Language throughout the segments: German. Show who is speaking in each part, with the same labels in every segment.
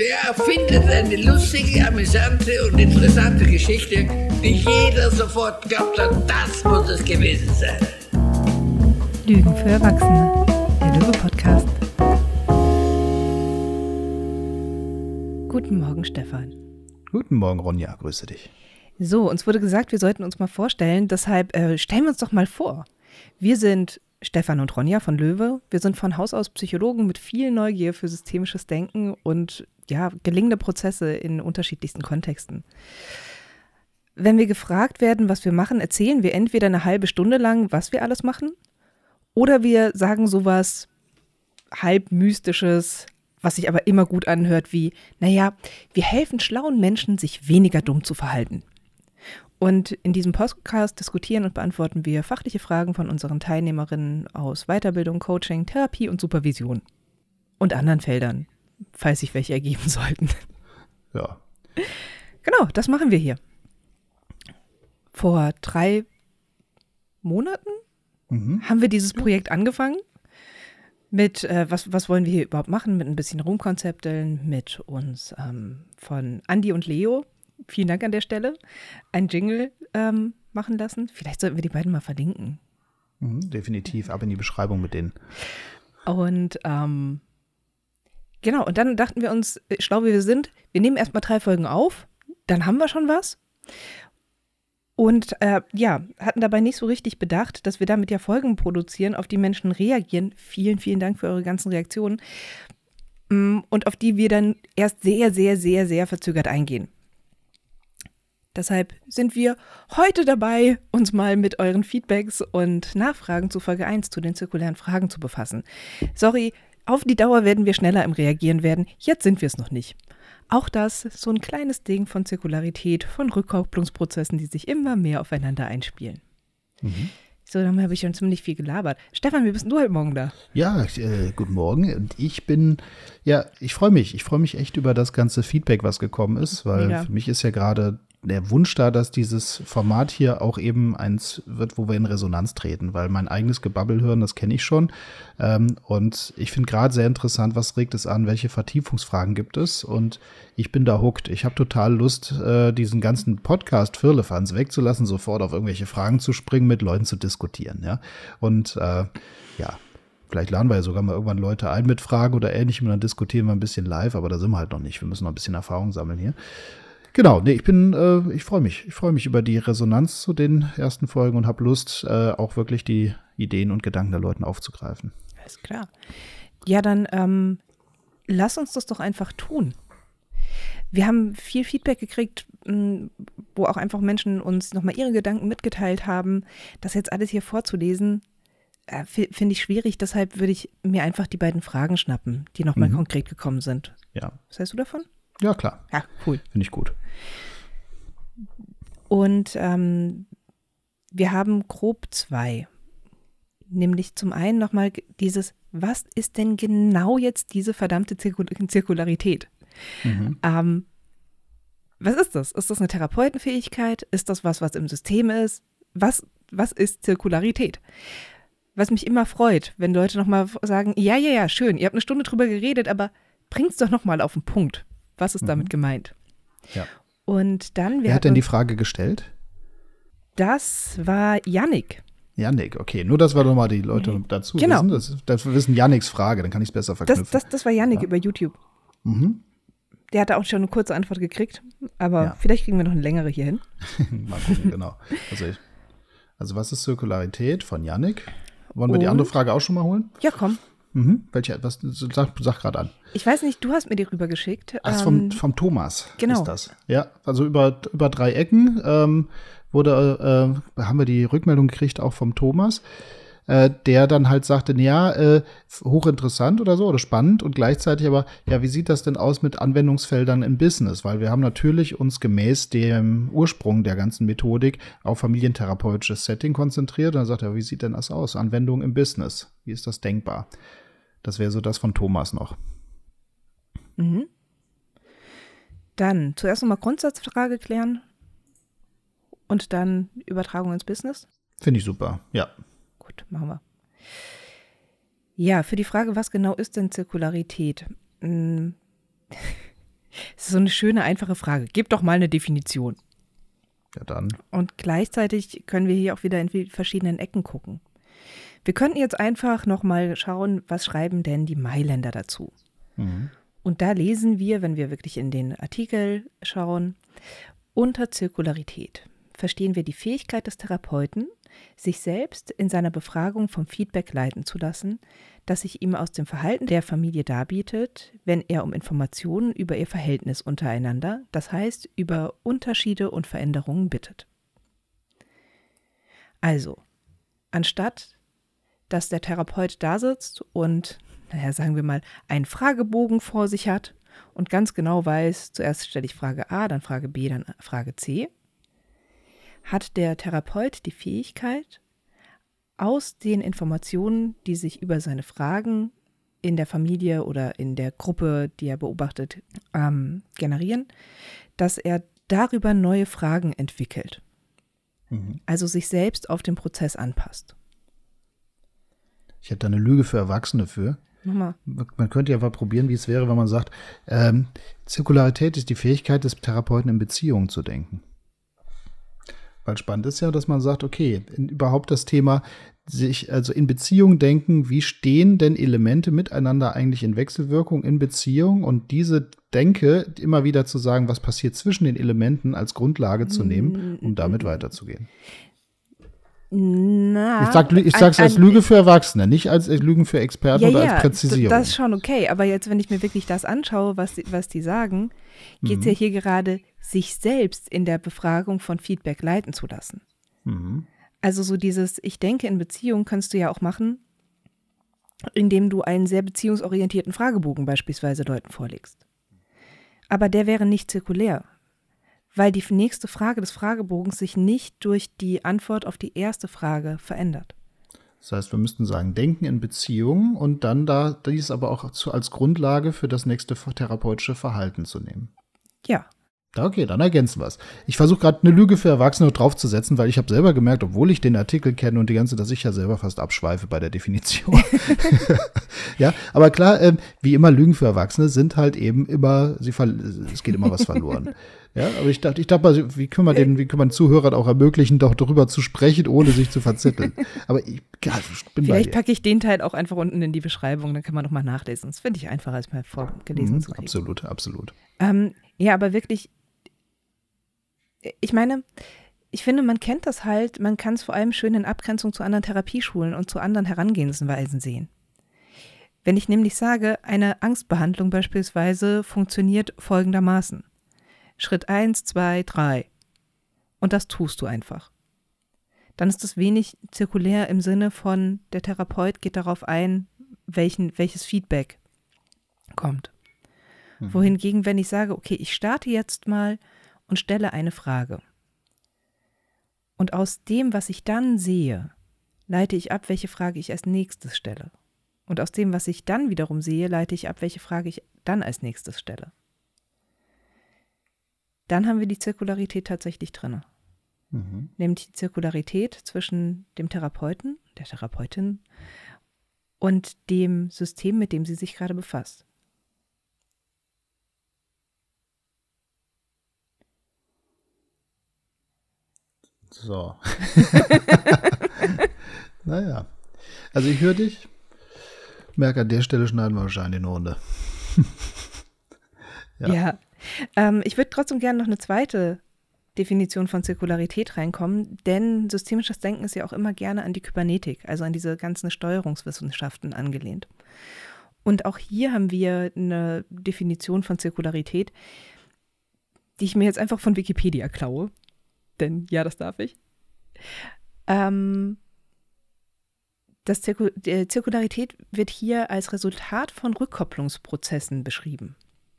Speaker 1: Der erfindet eine lustige, amüsante und interessante Geschichte, die jeder sofort glaubt hat, das muss es gewesen sein.
Speaker 2: Lügen für Erwachsene, der Löwe-Podcast. Guten Morgen, Stefan.
Speaker 3: Guten Morgen, Ronja, grüße dich.
Speaker 2: So, uns wurde gesagt, wir sollten uns mal vorstellen, deshalb stellen wir uns doch mal vor. Wir sind Stefan und Ronja von Löwe. Wir sind von Haus aus Psychologen mit viel Neugier für systemisches Denken und gelingende Prozesse in unterschiedlichsten Kontexten. Wenn wir gefragt werden, was wir machen, erzählen wir entweder eine halbe Stunde lang, was wir alles machen, oder wir sagen sowas halb Mystisches, was sich aber immer gut anhört, wie, wir helfen schlauen Menschen, sich weniger dumm zu verhalten. Und in diesem Podcast diskutieren und beantworten wir fachliche Fragen von unseren Teilnehmerinnen aus Weiterbildung, Coaching, Therapie und Supervision. Und anderen Feldern, falls sich welche ergeben sollten.
Speaker 3: Ja.
Speaker 2: Genau, das machen wir hier. Vor 3 Monaten haben wir dieses Projekt angefangen. Mit, was wollen wir hier überhaupt machen? Mit ein bisschen Rumkonzepteln, mit uns von Andi und Leo. Vielen Dank an der Stelle. Ein Jingle machen lassen. Vielleicht sollten wir die beiden mal verlinken.
Speaker 3: Definitiv, ab in die Beschreibung mit denen.
Speaker 2: Und genau, und dann dachten wir uns, schlau wie wir sind, wir nehmen erstmal 3 Folgen auf, dann haben wir schon was. Und hatten dabei nicht so richtig bedacht, dass wir damit ja Folgen produzieren, auf die Menschen reagieren. Vielen, vielen Dank für eure ganzen Reaktionen. Und auf die wir dann erst sehr, sehr, sehr, sehr verzögert eingehen. Deshalb sind wir heute dabei, uns mal mit euren Feedbacks und Nachfragen zu Folge 1 zu den zirkulären Fragen zu befassen. Sorry, auf die Dauer werden wir schneller im Reagieren werden. Jetzt sind wir es noch nicht. Auch das ist so ein kleines Ding von Zirkularität, von Rückkopplungsprozessen, die sich immer mehr aufeinander einspielen. So, dann habe ich schon ziemlich viel gelabert. Stefan, wie bist du heute Morgen da?
Speaker 3: Ja, guten Morgen. Und ich freue mich. Ich freue mich echt über das ganze Feedback, was gekommen ist, weil für mich ist ja gerade der Wunsch da, dass dieses Format hier auch eben eins wird, wo wir in Resonanz treten, weil mein eigenes Gebabbel hören, das kenne ich schon. Und ich finde gerade sehr interessant, was regt es an, welche Vertiefungsfragen gibt es, und ich bin da hooked. Ich habe total Lust, diesen ganzen Podcast Firlefanz wegzulassen, sofort auf irgendwelche Fragen zu springen, mit Leuten zu diskutieren. Ja? Und vielleicht laden wir ja sogar mal irgendwann Leute ein mit Fragen oder Ähnlichem und dann diskutieren wir ein bisschen live, aber da sind wir halt noch nicht. Wir müssen noch ein bisschen Erfahrung sammeln hier. Genau, ich freue mich. Ich freue mich über die Resonanz zu den ersten Folgen und habe Lust, auch wirklich die Ideen und Gedanken der Leute aufzugreifen.
Speaker 2: Alles klar. Ja, dann lass uns das doch einfach tun. Wir haben viel Feedback gekriegt, wo auch einfach Menschen uns nochmal ihre Gedanken mitgeteilt haben. Das jetzt alles hier vorzulesen, finde ich schwierig. Deshalb würde ich mir einfach die beiden Fragen schnappen, die nochmal konkret gekommen sind.
Speaker 3: Ja.
Speaker 2: Was hältst du davon?
Speaker 3: Ja, klar.
Speaker 2: Ja, cool.
Speaker 3: Finde ich gut.
Speaker 2: Und wir haben grob 2. Nämlich zum einen nochmal dieses, was ist denn genau jetzt diese verdammte Zirkularität? Was ist das? Ist das eine Therapeutenfähigkeit? Ist das was im System ist? Was ist Zirkularität? Was mich immer freut, wenn Leute nochmal sagen, ja, schön, ihr habt eine Stunde drüber geredet, aber bringt's doch nochmal auf den Punkt. Was ist damit gemeint?
Speaker 3: Ja.
Speaker 2: Und dann,
Speaker 3: wer hat denn die Frage gestellt?
Speaker 2: Das war Yannick.
Speaker 3: Yannick, okay. Nur, dass wir doch mal die Leute dazu wissen. Das wissen Yannicks Frage, dann kann ich es besser verknüpfen.
Speaker 2: Das war Yannick über YouTube. Der hatte auch schon eine kurze Antwort gekriegt, aber vielleicht kriegen wir noch eine längere hier hin.
Speaker 3: Mal gucken, genau. Also was ist Zirkularität von Yannick? Wollen wir die andere Frage auch schon mal holen?
Speaker 2: Ja, komm.
Speaker 3: Sag gerade an.
Speaker 2: Ich weiß nicht, du hast mir die rübergeschickt.
Speaker 3: Ach, vom Thomas
Speaker 2: genau.
Speaker 3: Ist das. Ja, also über 3 Ecken haben wir die Rückmeldung gekriegt, auch vom Thomas, der dann halt sagte, hochinteressant oder so oder spannend und gleichzeitig aber, wie sieht das denn aus mit Anwendungsfeldern im Business? Weil wir haben natürlich uns gemäß dem Ursprung der ganzen Methodik auf familientherapeutisches Setting konzentriert. Und dann sagt er, wie sieht denn das aus? Anwendung im Business. Wie ist das denkbar? Das wäre so das von Thomas noch.
Speaker 2: Dann zuerst nochmal Grundsatzfrage klären und dann Übertragung ins Business.
Speaker 3: Finde ich super, ja.
Speaker 2: Gut, machen wir. Ja, für die Frage, was genau ist denn Zirkularität? Das ist so eine schöne, einfache Frage. Gib doch mal eine Definition.
Speaker 3: Ja, dann.
Speaker 2: Und gleichzeitig können wir hier auch wieder in verschiedenen Ecken gucken. Wir könnten jetzt einfach nochmal schauen, was schreiben denn die Mailänder dazu? Mhm. Und da lesen wir, wenn wir wirklich in den Artikel schauen, unter Zirkularität verstehen wir die Fähigkeit des Therapeuten, sich selbst in seiner Befragung vom Feedback leiten zu lassen, das sich ihm aus dem Verhalten der Familie darbietet, wenn er um Informationen über ihr Verhältnis untereinander, das heißt über Unterschiede und Veränderungen bittet. Also, anstatt dass der Therapeut da sitzt und, sagen wir mal, einen Fragebogen vor sich hat und ganz genau weiß, zuerst stelle ich Frage A, dann Frage B, dann Frage C, hat der Therapeut die Fähigkeit, aus den Informationen, die sich über seine Fragen in der Familie oder in der Gruppe, die er beobachtet, generieren, dass er darüber neue Fragen entwickelt. Mhm. Also sich selbst auf den Prozess anpasst.
Speaker 3: Ich hätte da eine Lüge für Erwachsene für. Man könnte ja mal probieren, wie es wäre, wenn man sagt, Zirkularität ist die Fähigkeit des Therapeuten, in Beziehungen zu denken. Weil spannend ist ja, dass man sagt, okay, überhaupt das Thema, sich also in Beziehung denken, wie stehen denn Elemente miteinander eigentlich in Wechselwirkung in Beziehung und diese Denke immer wieder zu sagen, was passiert zwischen den Elementen als Grundlage zu nehmen, um damit weiterzugehen. Ich sage es als Lüge für Erwachsene, nicht als Lügen für Experten oder als Präzisierung.
Speaker 2: Das ist schon okay, aber jetzt, wenn ich mir wirklich das anschaue, was die sagen, geht es ja hier gerade, sich selbst in der Befragung von Feedback leiten zu lassen. Mhm. Also so dieses, ich denke in Beziehung kannst du ja auch machen, indem du einen sehr beziehungsorientierten Fragebogen beispielsweise Leuten vorlegst. Aber der wäre nicht zirkulär. Weil die nächste Frage des Fragebogens sich nicht durch die Antwort auf die erste Frage verändert.
Speaker 3: Das heißt, wir müssten sagen, denken in Beziehungen und dann dies aber auch als Grundlage für das nächste therapeutische Verhalten zu nehmen.
Speaker 2: Ja.
Speaker 3: Okay, dann ergänzen wir es. Ich versuche gerade eine Lüge für Erwachsene draufzusetzen, weil ich habe selber gemerkt, obwohl ich den Artikel kenne und dass ich ja selber fast abschweife bei der Definition. Ja, aber klar, wie immer, Lügen für Erwachsene sind halt eben immer, es geht immer was verloren. Ja, aber ich dachte, wie können wir den Zuhörern auch ermöglichen, doch darüber zu sprechen, ohne sich zu verzetteln. Aber ich bin
Speaker 2: Vielleicht packe ich den Teil auch einfach unten in die Beschreibung, dann kann man nochmal nachlesen. Das finde ich einfacher, als mal vorgelesen zu kriegen.
Speaker 3: Absolut.
Speaker 2: Ja, aber wirklich, ich meine, ich finde, man kennt das halt, man kann es vor allem schön in Abgrenzung zu anderen Therapieschulen und zu anderen Herangehensweisen sehen. Wenn ich nämlich sage, eine Angstbehandlung beispielsweise funktioniert folgendermaßen. Schritt 1, 2, 3. Und das tust du einfach. Dann ist das wenig zirkulär im Sinne von, der Therapeut geht darauf ein, welches Feedback kommt. Mhm. Wohingegen, wenn ich sage, okay, ich starte jetzt mal und stelle eine Frage. Und aus dem, was ich dann sehe, leite ich ab, welche Frage ich als nächstes stelle. Und aus dem, was ich dann wiederum sehe, leite ich ab, welche Frage ich dann als nächstes stelle. Dann haben wir die Zirkularität tatsächlich drin. Mhm. Nämlich die Zirkularität zwischen dem Therapeuten, der Therapeutin und dem System, mit dem sie sich gerade befasst.
Speaker 3: So. Naja. Also ich höre dich. Merke, an der Stelle schneiden wir wahrscheinlich eine Runde.
Speaker 2: Ja. Ich würde trotzdem gerne noch eine zweite Definition von Zirkularität reinkommen, denn systemisches Denken ist ja auch immer gerne an die Kybernetik, also an diese ganzen Steuerungswissenschaften angelehnt. Und auch hier haben wir eine Definition von Zirkularität, die ich mir jetzt einfach von Wikipedia klaue. Denn ja, das darf ich. Zirkularität wird hier als Resultat von Rückkopplungsprozessen beschrieben.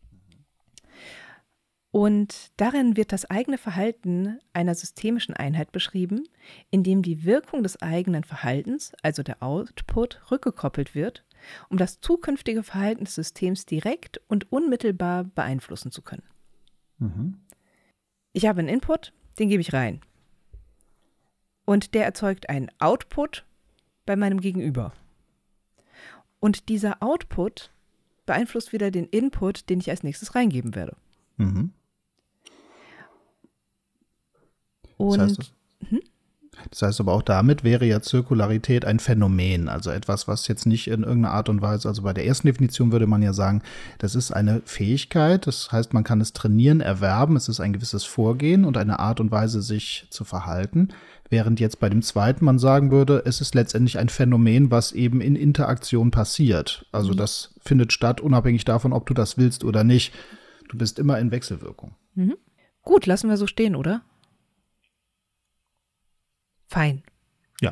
Speaker 2: Und darin wird das eigene Verhalten einer systemischen Einheit beschrieben, in dem die Wirkung des eigenen Verhaltens, also der Output, rückgekoppelt wird, um das zukünftige Verhalten des Systems direkt und unmittelbar beeinflussen zu können. Mhm. Ich habe einen Input, den gebe ich rein. Und der erzeugt einen Output bei meinem Gegenüber. Und dieser Output beeinflusst wieder den Input, den ich als nächstes reingeben werde.
Speaker 3: Mhm.
Speaker 2: Und
Speaker 3: das heißt aber auch damit wäre ja Zirkularität ein Phänomen, also etwas, was jetzt nicht in irgendeiner Art und Weise, also bei der ersten Definition würde man ja sagen, das ist eine Fähigkeit, das heißt, man kann es trainieren, erwerben, es ist ein gewisses Vorgehen und eine Art und Weise, sich zu verhalten, während jetzt bei dem zweiten man sagen würde, es ist letztendlich ein Phänomen, was eben in Interaktion passiert. Also das findet statt, unabhängig davon, ob du das willst oder nicht. Du bist immer in Wechselwirkung.
Speaker 2: Mhm. Gut, lassen wir so stehen, oder? Fein.
Speaker 3: Ja.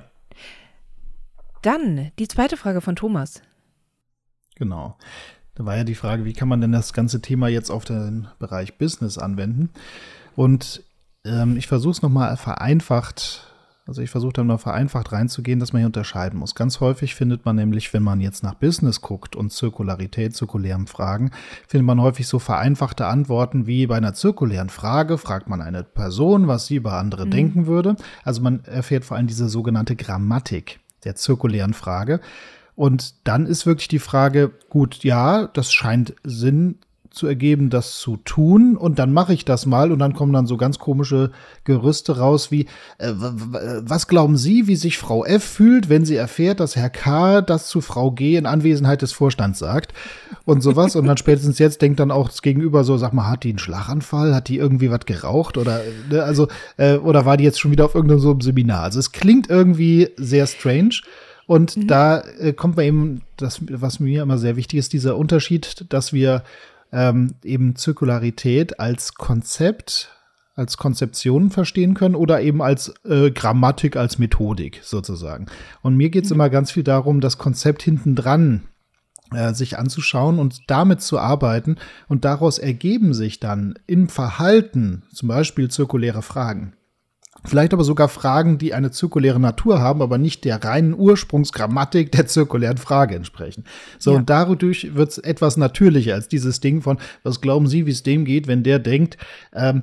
Speaker 2: Dann die zweite Frage von Thomas.
Speaker 3: Genau. Da war ja die Frage, wie kann man denn das ganze Thema jetzt auf den Bereich Business anwenden? Und ich versuche es nochmal vereinfacht, reinzugehen, dass man hier unterscheiden muss. Ganz häufig findet man nämlich, wenn man jetzt nach Business guckt und Zirkularität, zirkulären Fragen, findet man häufig so vereinfachte Antworten wie bei einer zirkulären Frage, fragt man eine Person, was sie über andere denken würde. Also man erfährt vor allem diese sogenannte Grammatik der zirkulären Frage. Und dann ist wirklich die Frage, gut, ja, das scheint Sinn zu ergeben, das zu tun und dann mache ich das mal und dann kommen dann so ganz komische Gerüste raus wie, was glauben Sie, wie sich Frau F. fühlt, wenn sie erfährt, dass Herr K. das zu Frau G. in Anwesenheit des Vorstands sagt und sowas und dann spätestens jetzt denkt dann auch das Gegenüber so, sag mal, hat die einen Schlaganfall, hat die irgendwie was geraucht oder oder war die jetzt schon wieder auf irgendeinem so einem Seminar? Also es klingt irgendwie sehr strange. Und da kommt man eben, das, was mir immer sehr wichtig ist, dieser Unterschied, dass wir eben Zirkularität als Konzept, als Konzeption verstehen können oder eben als Grammatik, als Methodik sozusagen. Und mir geht es immer ganz viel darum, das Konzept hintendran sich anzuschauen und damit zu arbeiten. Und daraus ergeben sich dann im Verhalten zum Beispiel zirkuläre Fragen. Vielleicht aber sogar Fragen, die eine zirkuläre Natur haben, aber nicht der reinen Ursprungsgrammatik der zirkulären Frage entsprechen. So, ja. Und dadurch wird es etwas natürlicher als dieses Ding von, was glauben Sie, wie es dem geht, wenn der denkt, da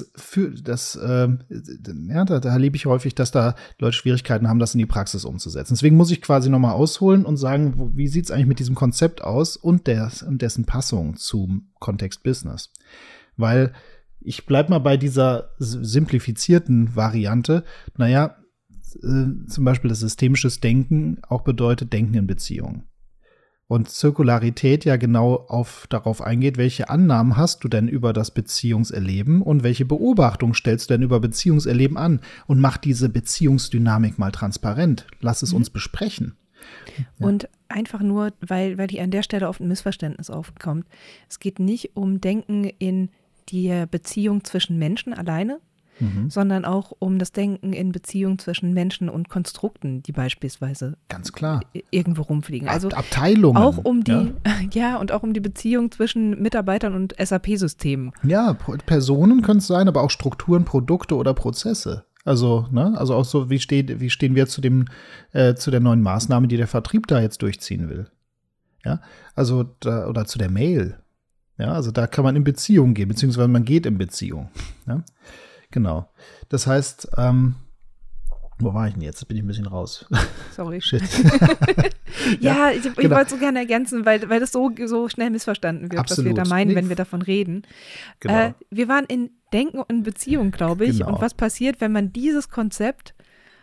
Speaker 3: erlebe ich häufig, dass da Leute Schwierigkeiten haben, das in die Praxis umzusetzen. Deswegen muss ich quasi nochmal ausholen und sagen, wie sieht es eigentlich mit diesem Konzept aus und dessen Passung zum Kontext Business? Weil ich bleib mal bei dieser simplifizierten Variante. Naja, zum Beispiel das systemisches Denken auch bedeutet Denken in Beziehungen. Und Zirkularität ja genau darauf eingeht, welche Annahmen hast du denn über das Beziehungserleben und welche Beobachtung stellst du denn über Beziehungserleben an? Und mach diese Beziehungsdynamik mal transparent. Lass es uns besprechen. Ja.
Speaker 2: Und einfach nur, weil hier an der Stelle oft ein Missverständnis aufkommt. Es geht nicht um Denken in die Beziehung zwischen Menschen alleine, sondern auch um das Denken in Beziehung zwischen Menschen und Konstrukten, die beispielsweise
Speaker 3: ganz klar
Speaker 2: irgendwo rumfliegen. Also
Speaker 3: Abteilungen.
Speaker 2: Auch um die, und auch um die Beziehung zwischen Mitarbeitern und SAP-Systemen.
Speaker 3: Ja, Personen können es sein, aber auch Strukturen, Produkte oder Prozesse. Also, also auch so, wie stehen wir zu der neuen Maßnahme, die der Vertrieb da jetzt durchziehen will. Ja, also oder zu der Mail. Ja, also da kann man in Beziehung gehen, beziehungsweise man geht in Beziehung. Ja, genau. Das heißt, wo war ich denn jetzt? Jetzt bin ich ein bisschen raus.
Speaker 2: Sorry.
Speaker 3: Shit.
Speaker 2: Ich wollte es so gerne ergänzen, weil das so schnell missverstanden wird,
Speaker 3: Absolut.
Speaker 2: Was wir da meinen, wenn wir davon reden.
Speaker 3: Genau.
Speaker 2: Wir waren in Denken und in Beziehung, glaube ich.
Speaker 3: Genau.
Speaker 2: Und was passiert, wenn man dieses Konzept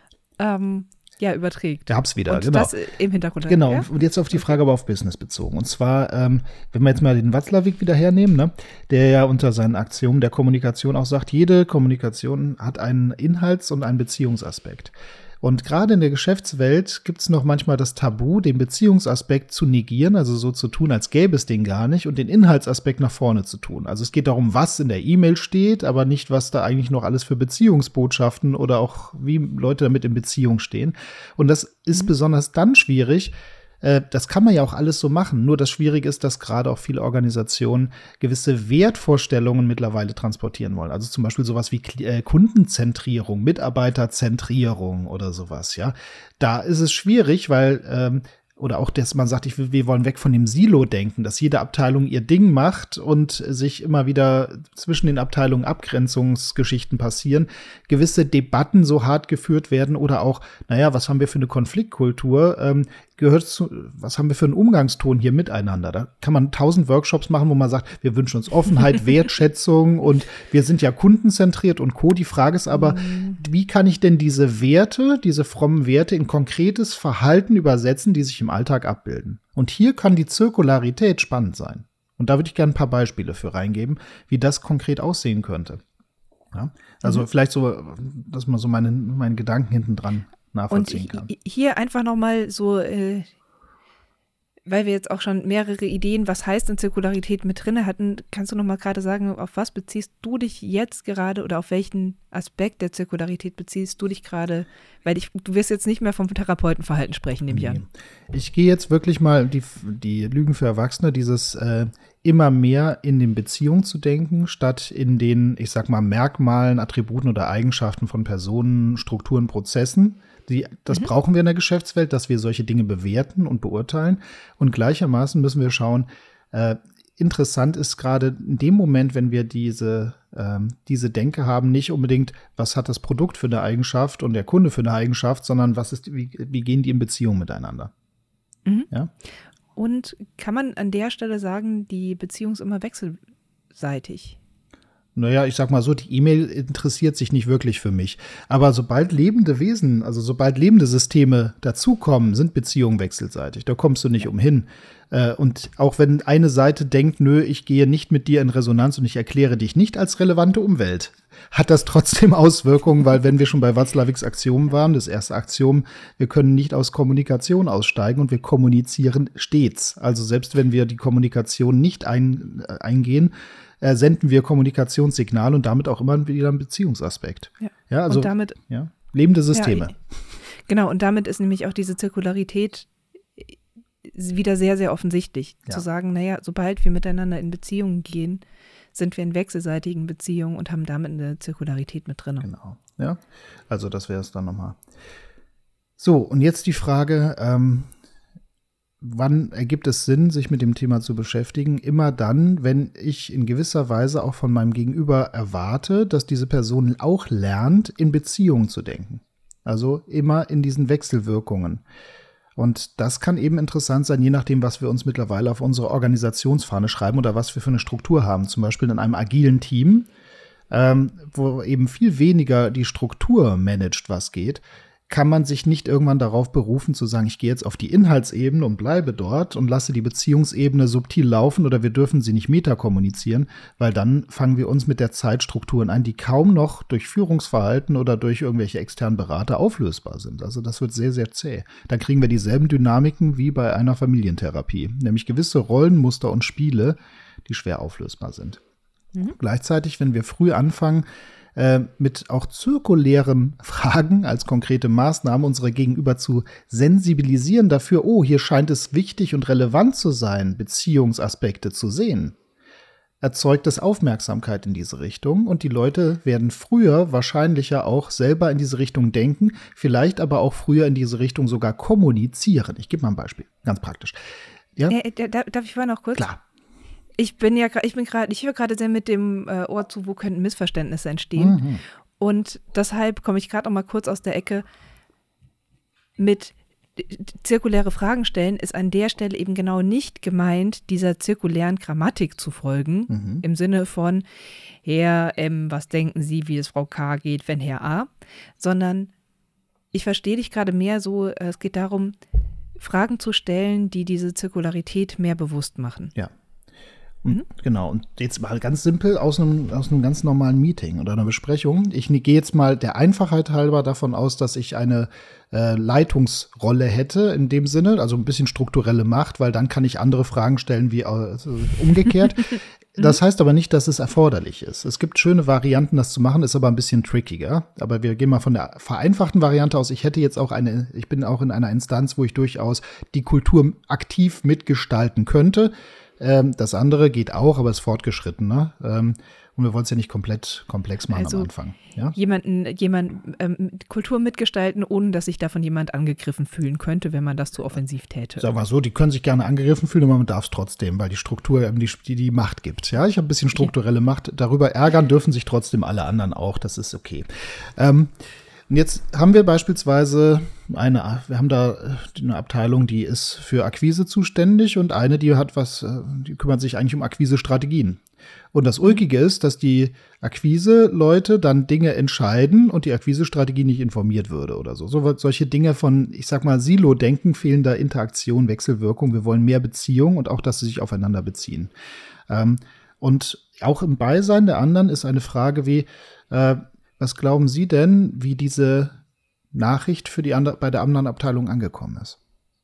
Speaker 2: überträgt.
Speaker 3: Da hab's wieder,
Speaker 2: und
Speaker 3: genau.
Speaker 2: Das im Hintergrund.
Speaker 3: Genau,
Speaker 2: ja?
Speaker 3: Und jetzt auf die Frage aber auf Business bezogen. Und zwar, wenn wir jetzt mal den Watzlawick wieder hernehmen, ne, der ja unter seinen Axiomen der Kommunikation auch sagt, jede Kommunikation hat einen Inhalts- und einen Beziehungsaspekt. Und gerade in der Geschäftswelt gibt es noch manchmal das Tabu, den Beziehungsaspekt zu negieren, also so zu tun, als gäbe es den gar nicht, und den Inhaltsaspekt nach vorne zu tun. Also es geht darum, was in der E-Mail steht, aber nicht, was da eigentlich noch alles für Beziehungsbotschaften oder auch wie Leute damit in Beziehung stehen. Und das ist besonders dann schwierig. Das kann man ja auch alles so machen. Nur das Schwierige ist, dass gerade auch viele Organisationen gewisse Wertvorstellungen mittlerweile transportieren wollen. Also zum Beispiel sowas wie Kundenzentrierung, Mitarbeiterzentrierung oder sowas. Ja, da ist es schwierig, weil oder auch, dass man sagt, wir wollen weg von dem Silo-Denken, dass jede Abteilung ihr Ding macht und sich immer wieder zwischen den Abteilungen Abgrenzungsgeschichten passieren, gewisse Debatten so hart geführt werden oder auch, was haben wir für eine Konfliktkultur, was haben wir für einen Umgangston hier miteinander? Da kann man 1000 Workshops machen, wo man sagt, wir wünschen uns Offenheit, Wertschätzung und wir sind ja kundenzentriert und Co. Die Frage ist aber, wie kann ich denn diese Werte, diese frommen Werte in konkretes Verhalten übersetzen, die sich im Alltag abbilden? Und hier kann die Zirkularität spannend sein. Und da würde ich gerne ein paar Beispiele für reingeben, wie das konkret aussehen könnte. Ja? Also vielleicht so, dass man so meinen Gedanken hinten dran nachvollziehen kann.
Speaker 2: Und hier einfach nochmal so, weil wir jetzt auch schon mehrere Ideen, was heißt denn Zirkularität mit drin hatten, kannst du nochmal gerade sagen, auf was beziehst du dich jetzt gerade oder auf welchen Aspekt der Zirkularität beziehst du dich gerade? Weil du wirst jetzt nicht mehr vom Therapeutenverhalten sprechen, nehme ich an.
Speaker 3: Ich gehe jetzt wirklich mal die Lügen für Erwachsene, dieses immer mehr in den Beziehungen zu denken, statt in den, ich sag mal, Merkmalen, Attributen oder Eigenschaften von Personen, Strukturen, Prozessen. Das brauchen wir in der Geschäftswelt, dass wir solche Dinge bewerten und beurteilen. Und gleichermaßen müssen wir schauen, interessant ist gerade in dem Moment, wenn wir diese Denke haben, nicht unbedingt, was hat das Produkt für eine Eigenschaft und der Kunde für eine Eigenschaft, sondern wie gehen die in Beziehung miteinander. Ja?
Speaker 2: Und kann man an der Stelle sagen, die Beziehung ist immer wechselseitig?
Speaker 3: Naja, ich sag mal so, die E-Mail interessiert sich nicht wirklich für mich. Aber sobald lebende Wesen, also sobald lebende Systeme dazukommen, sind Beziehungen wechselseitig. Da kommst du nicht umhin. Und auch wenn eine Seite denkt, nö, ich gehe nicht mit dir in Resonanz und ich erkläre dich nicht als relevante Umwelt, hat das trotzdem Auswirkungen, weil wenn wir schon bei Watzlawicks Axiom waren, das erste Axiom, wir können nicht aus Kommunikation aussteigen und wir kommunizieren stets. Also selbst wenn wir die Kommunikation nicht eingehen, senden wir Kommunikationssignale und damit auch immer wieder einen Beziehungsaspekt. Ja, also
Speaker 2: und damit,
Speaker 3: lebende Systeme.
Speaker 2: Ja, genau, und damit ist nämlich auch diese Zirkularität wieder sehr, sehr offensichtlich. Ja. Zu sagen, naja, sobald wir miteinander in Beziehungen gehen, sind wir in wechselseitigen Beziehungen und haben damit eine Zirkularität mit drin.
Speaker 3: Genau, ja. Also das wäre es dann nochmal. So, und jetzt die Frage, wann ergibt es Sinn, sich mit dem Thema zu beschäftigen? Immer dann, wenn ich in gewisser Weise auch von meinem Gegenüber erwarte, dass diese Person auch lernt, in Beziehungen zu denken. Also immer in diesen Wechselwirkungen. Und das kann eben interessant sein, je nachdem, was wir uns mittlerweile auf unsere Organisationsfahne schreiben oder was wir für eine Struktur haben. Zum Beispiel in einem agilen Team, wo eben viel weniger die Struktur managt, was geht, kann man sich nicht irgendwann darauf berufen, zu sagen, ich gehe jetzt auf die Inhaltsebene und bleibe dort und lasse die Beziehungsebene subtil laufen oder wir dürfen sie nicht metakommunizieren, weil dann fangen wir uns mit der Zeit Strukturen ein, die kaum noch durch Führungsverhalten oder durch irgendwelche externen Berater auflösbar sind. Also das wird sehr, sehr zäh. Dann kriegen wir dieselben Dynamiken wie bei einer Familientherapie, nämlich gewisse Rollenmuster und Spiele, die schwer auflösbar sind. Gleichzeitig, wenn wir früh anfangen, mit auch zirkulären Fragen als konkrete Maßnahmen unsere Gegenüber zu sensibilisieren dafür, oh, hier scheint es wichtig und relevant zu sein, Beziehungsaspekte zu sehen, erzeugt es Aufmerksamkeit in diese Richtung und die Leute werden früher wahrscheinlicher auch selber in diese Richtung denken, vielleicht aber auch früher in diese Richtung sogar kommunizieren. Ich gebe mal ein Beispiel, ganz praktisch. Ja?
Speaker 2: Darf ich vorher noch kurz?
Speaker 3: Klar.
Speaker 2: Ich höre gerade sehr mit dem Ohr zu, wo könnten Missverständnisse entstehen. Und deshalb komme ich gerade noch mal kurz aus der Ecke mit zirkuläre Fragen stellen, ist an der Stelle eben genau nicht gemeint, dieser zirkulären Grammatik zu folgen, im Sinne von Herr M., was denken Sie, wie es Frau K. geht, wenn Herr A., sondern ich verstehe dich gerade mehr so, es geht darum, Fragen zu stellen, die diese Zirkularität mehr bewusst machen.
Speaker 3: Ja. Genau, und jetzt mal ganz simpel aus einem ganz normalen Meeting oder einer Besprechung. Ich gehe jetzt mal der Einfachheit halber davon aus, dass ich eine Leitungsrolle hätte in dem Sinne, also ein bisschen strukturelle Macht, weil dann kann ich andere Fragen stellen wie umgekehrt. Das heißt aber nicht, dass es erforderlich ist. Es gibt schöne Varianten, das zu machen, ist aber ein bisschen trickiger. Aber wir gehen mal von der vereinfachten Variante aus. Ich bin auch in einer Instanz, wo ich durchaus die Kultur aktiv mitgestalten könnte. Das andere geht auch, aber ist fortgeschrittener. Und wir wollen es ja nicht komplett komplex machen am Anfang. Ja? Kultur mitgestalten, ohne dass sich davon jemand angegriffen fühlen könnte, wenn man das zu offensiv täte. Sagen wir so, die können sich gerne angegriffen fühlen, aber man darf es trotzdem, weil die Struktur die Macht gibt. Ja, ich habe ein bisschen strukturelle Macht. Darüber ärgern dürfen sich trotzdem alle anderen auch. Das ist okay. Und jetzt haben wir beispielsweise wir haben da eine Abteilung, die ist für Akquise zuständig und eine, die kümmert sich eigentlich um Akquise-Strategien. Und das Ulkige ist, dass die Akquise-Leute dann Dinge entscheiden und die Akquise-Strategie nicht informiert würde oder so. Solche Dinge von, ich sag mal, Silo-Denken, fehlender Interaktion, Wechselwirkung. Wir wollen mehr Beziehung und auch, dass sie sich aufeinander beziehen. Und auch im Beisein der anderen ist eine Frage wie, was glauben Sie denn, wie diese Nachricht bei der anderen Abteilung angekommen ist?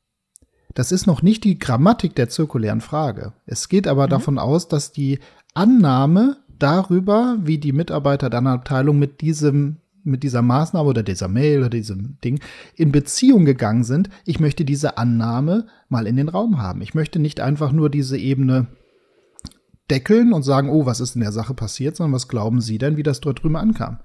Speaker 3: Das ist noch nicht die Grammatik der zirkulären Frage. Es geht aber davon aus, dass die Annahme darüber, wie die Mitarbeiter der anderen Abteilung mit dieser Maßnahme oder dieser Mail oder diesem Ding in Beziehung gegangen sind. Ich möchte diese Annahme mal in den Raum haben. Ich möchte nicht einfach nur diese Ebene deckeln und sagen, oh, was ist in der Sache passiert, sondern was glauben Sie denn, wie das dort drüben ankam?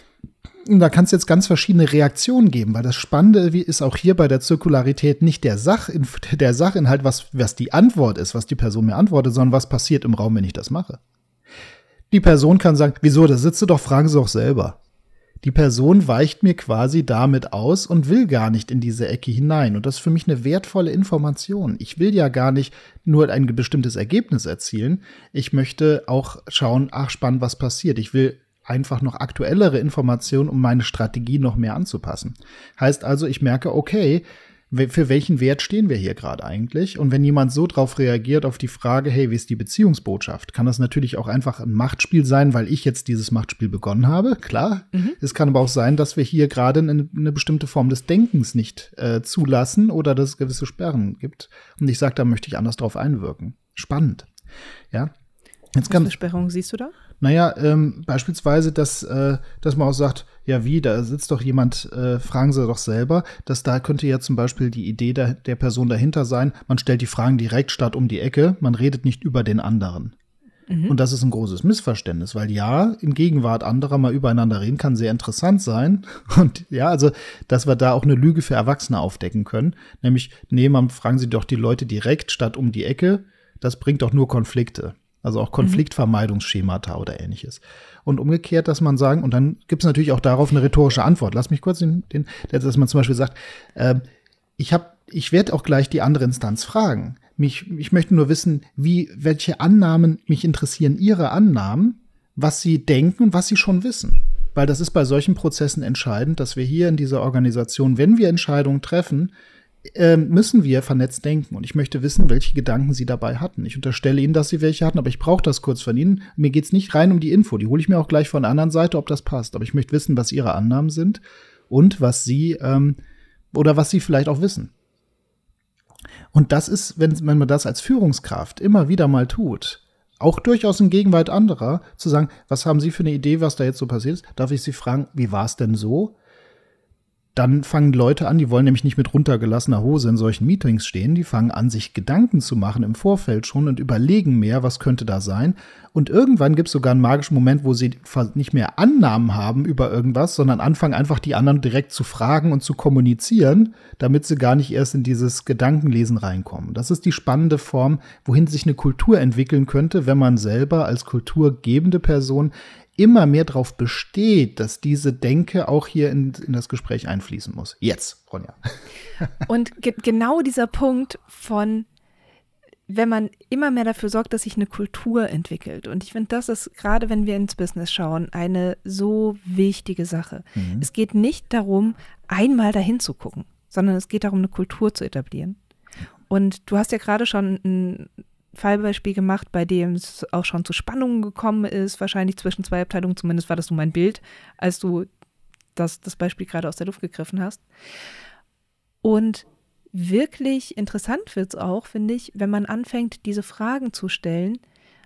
Speaker 3: Und da kann es jetzt ganz verschiedene Reaktionen geben, weil das Spannende ist auch hier bei der Zirkularität nicht der Sachinhalt, was die Antwort ist, was die Person mir antwortet, sondern was passiert im Raum, wenn ich das mache. Die Person kann sagen, wieso, da sitzt du doch, fragen Sie doch selber. Die Person weicht mir quasi damit aus und will gar nicht in diese Ecke hinein. Und das ist für mich eine wertvolle Information. Ich will ja gar nicht nur ein bestimmtes Ergebnis erzielen. Ich möchte auch schauen, spannend, was passiert. Ich will einfach noch aktuellere Informationen, um meine Strategie noch mehr anzupassen. Heißt also, ich merke, okay, für welchen Wert stehen wir hier gerade eigentlich? Und wenn jemand so drauf reagiert auf die Frage, hey, wie ist die Beziehungsbotschaft? Kann das natürlich auch einfach ein Machtspiel sein, weil ich jetzt dieses Machtspiel begonnen habe, klar. Es kann aber auch sein, dass wir hier gerade eine bestimmte Form des Denkens nicht zulassen oder dass es gewisse Sperren gibt. Und ich sage, da möchte ich anders drauf einwirken. Spannend. Ja.
Speaker 2: Welche Sperrung siehst du da?
Speaker 3: Naja, beispielsweise, dass man auch sagt, ja wie, da sitzt doch jemand, fragen Sie doch selber, da könnte ja zum Beispiel die Idee der Person dahinter sein, man stellt die Fragen direkt statt um die Ecke, man redet nicht über den anderen. Und das ist ein großes Missverständnis, weil ja, in Gegenwart anderer mal übereinander reden kann sehr interessant sein. Und ja, also, dass wir da auch eine Lüge für Erwachsene aufdecken können, nämlich, fragen Sie doch die Leute direkt statt um die Ecke, das bringt doch nur Konflikte. Also auch Konfliktvermeidungsschemata oder Ähnliches. Und umgekehrt, dass man sagen, und dann gibt es natürlich auch darauf eine rhetorische Antwort. Lass mich kurz dass man zum Beispiel sagt, ich werde auch gleich die andere Instanz fragen. Ich möchte nur wissen, welche Annahmen mich interessieren, Ihre Annahmen, was Sie denken und was Sie schon wissen. Weil das ist bei solchen Prozessen entscheidend, dass wir hier in dieser Organisation, wenn wir Entscheidungen treffen, müssen wir vernetzt denken. Und ich möchte wissen, welche Gedanken Sie dabei hatten. Ich unterstelle Ihnen, dass Sie welche hatten, aber ich brauche das kurz von Ihnen. Mir geht es nicht rein um die Info. Die hole ich mir auch gleich von der anderen Seite, ob das passt. Aber ich möchte wissen, was Ihre Annahmen sind und was Sie oder was Sie vielleicht auch wissen. Und das ist, wenn man das als Führungskraft immer wieder mal tut, auch durchaus in Gegenwart anderer, zu sagen, was haben Sie für eine Idee, was da jetzt so passiert ist? Darf ich Sie fragen, wie war es denn so? Dann fangen Leute an, die wollen nämlich nicht mit runtergelassener Hose in solchen Meetings stehen, die fangen an, sich Gedanken zu machen im Vorfeld schon und überlegen mehr, was könnte da sein. Und irgendwann gibt es sogar einen magischen Moment, wo sie nicht mehr Annahmen haben über irgendwas, sondern anfangen einfach die anderen direkt zu fragen und zu kommunizieren, damit sie gar nicht erst in dieses Gedankenlesen reinkommen. Das ist die spannende Form, wohin sich eine Kultur entwickeln könnte, wenn man selber als kulturgebende Person immer mehr darauf besteht, dass diese Denke auch hier in das Gespräch einfließen muss. Jetzt, Ronja.
Speaker 2: Und genau dieser Punkt von, wenn man immer mehr dafür sorgt, dass sich eine Kultur entwickelt. Und ich finde, das ist, gerade wenn wir ins Business schauen, eine so wichtige Sache. Es geht nicht darum, einmal dahin zu gucken, sondern es geht darum, eine Kultur zu etablieren. Und du hast ja gerade schon ein Fallbeispiel gemacht, bei dem es auch schon zu Spannungen gekommen ist, wahrscheinlich zwischen zwei Abteilungen, zumindest war das so mein Bild, als du das Beispiel gerade aus der Luft gegriffen hast. Und wirklich interessant wird es auch, finde ich, wenn man anfängt, diese Fragen zu stellen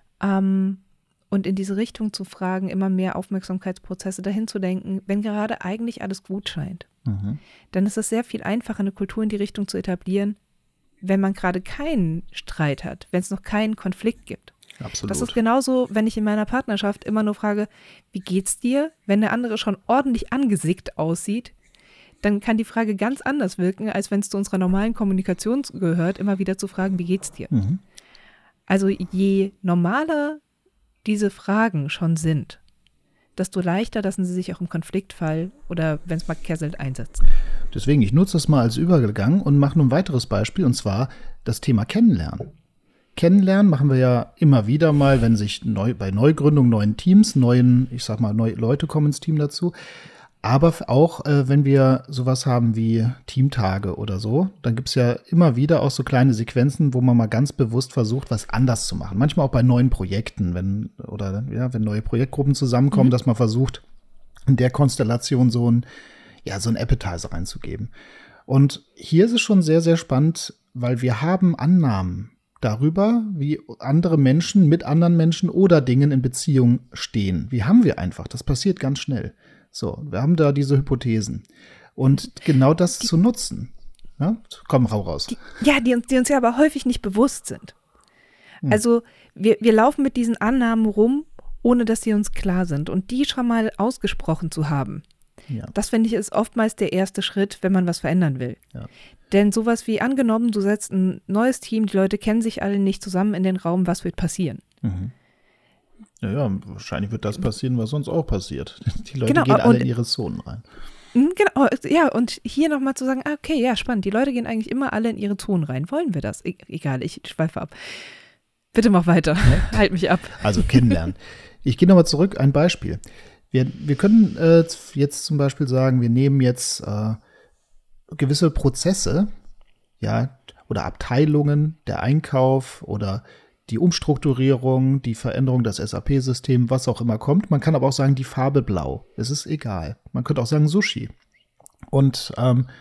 Speaker 2: und in diese Richtung zu fragen, immer mehr Aufmerksamkeitsprozesse dahin zu denken, wenn gerade eigentlich alles gut scheint. Dann ist es sehr viel einfacher, eine Kultur in die Richtung zu etablieren, wenn man gerade keinen Streit hat, wenn es noch keinen Konflikt gibt.
Speaker 3: Absolut.
Speaker 2: Das ist genauso, wenn ich in meiner Partnerschaft immer nur frage, wie geht's dir? Wenn der andere schon ordentlich angesickt aussieht, dann kann die Frage ganz anders wirken, als wenn es zu unserer normalen Kommunikation gehört, immer wieder zu fragen, wie geht's dir? Also je normaler diese Fragen schon sind, desto leichter lassen sie sich auch im Konfliktfall oder wenn es mal kesselt einsetzen.
Speaker 3: Deswegen, ich nutze das mal als Übergang und mache noch ein weiteres Beispiel, und zwar das Thema Kennenlernen. Kennenlernen machen wir ja immer wieder mal, wenn sich bei Neugründung neuen Teams, neue Leute kommen ins Team dazu. Aber auch, wenn wir sowas haben wie Teamtage oder so, dann gibt's ja immer wieder auch so kleine Sequenzen, wo man mal ganz bewusst versucht, was anders zu machen. Manchmal auch bei neuen Projekten, wenn neue Projektgruppen zusammenkommen, dass man versucht, in der Konstellation so ein Appetizer reinzugeben. Und hier ist es schon sehr, sehr spannend, weil wir haben Annahmen darüber, wie andere Menschen mit anderen Menschen oder Dingen in Beziehung stehen. Wie haben wir einfach? Das passiert ganz schnell. So, wir haben da diese Hypothesen. Und genau das zu nutzen. Ja? Komm, hau raus.
Speaker 2: Die uns ja aber häufig nicht bewusst sind. Also wir laufen mit diesen Annahmen rum, ohne dass sie uns klar sind. Und die schon mal ausgesprochen zu haben, das finde ich ist oftmals der erste Schritt, wenn man was verändern will. Ja. Denn sowas wie angenommen, du setzt ein neues Team, die Leute kennen sich alle nicht zusammen in den Raum, was wird passieren?
Speaker 3: Mhm. Ja, wahrscheinlich wird das passieren, was sonst auch passiert. Die Leute gehen alle in ihre Zonen rein.
Speaker 2: Genau, ja, und hier nochmal zu sagen, okay, ja, spannend, die Leute gehen eigentlich immer alle in ihre Zonen rein. Wollen wir das? Egal, ich schweife ab. Bitte mach weiter, halt mich ab.
Speaker 3: Also kennenlernen. Ich gehe nochmal zurück, ein Beispiel. Wir können jetzt zum Beispiel sagen, wir nehmen jetzt gewisse Prozesse, oder Abteilungen, der Einkauf oder die Umstrukturierung, die Veränderung des SAP-Systems, was auch immer kommt. Man kann aber auch sagen, die Farbe blau. Es ist egal. Man könnte auch sagen Sushi. Und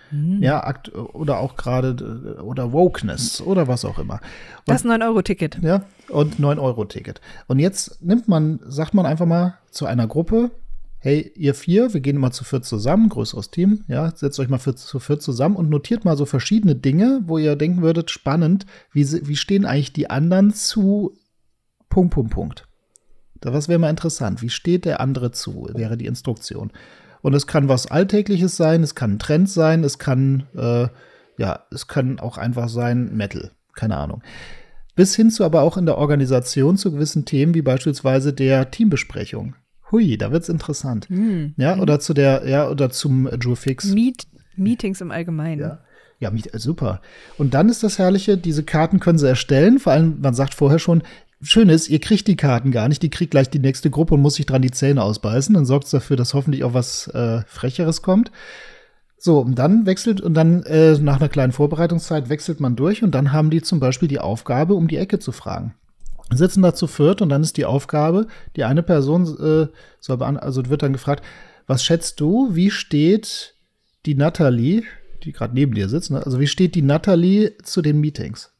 Speaker 3: oder auch gerade oder Wokeness oder was auch immer. Und,
Speaker 2: das 9-Euro-Ticket.
Speaker 3: Ja, und 9-Euro-Ticket. Und jetzt sagt man einfach mal zu einer Gruppe, hey, ihr 4, wir gehen immer zu 4 zusammen, größeres Team, setzt euch mal zu 4 zusammen und notiert mal so verschiedene Dinge, wo ihr denken würdet, spannend, wie stehen eigentlich die anderen zu ... Was wäre mal interessant, wie steht der andere zu, wäre die Instruktion. Und es kann was Alltägliches sein, es kann ein Trend sein, es kann auch einfach sein Metal, keine Ahnung. Bis hin zu aber auch in der Organisation zu gewissen Themen, wie beispielsweise der Teambesprechung. Hui, da wird's interessant. Oder zum Jurfix.
Speaker 2: Meetings im Allgemeinen.
Speaker 3: Ja, super. Und dann ist das Herrliche, diese Karten können sie erstellen. Vor allem, man sagt vorher schon, schön ist, ihr kriegt die Karten gar nicht, die kriegt gleich die nächste Gruppe und muss sich dran die Zähne ausbeißen. Dann sorgt es dafür, dass hoffentlich auch was Frecheres kommt. So, und dann nach einer kleinen Vorbereitungszeit wechselt man durch und dann haben die zum Beispiel die Aufgabe, um die Ecke zu fragen. Sitzen da zu 4 und dann ist die Aufgabe, die eine Person wird dann gefragt, was schätzt du, wie steht die Nathalie, die gerade neben dir sitzt, also wie steht die Nathalie zu den Meetings?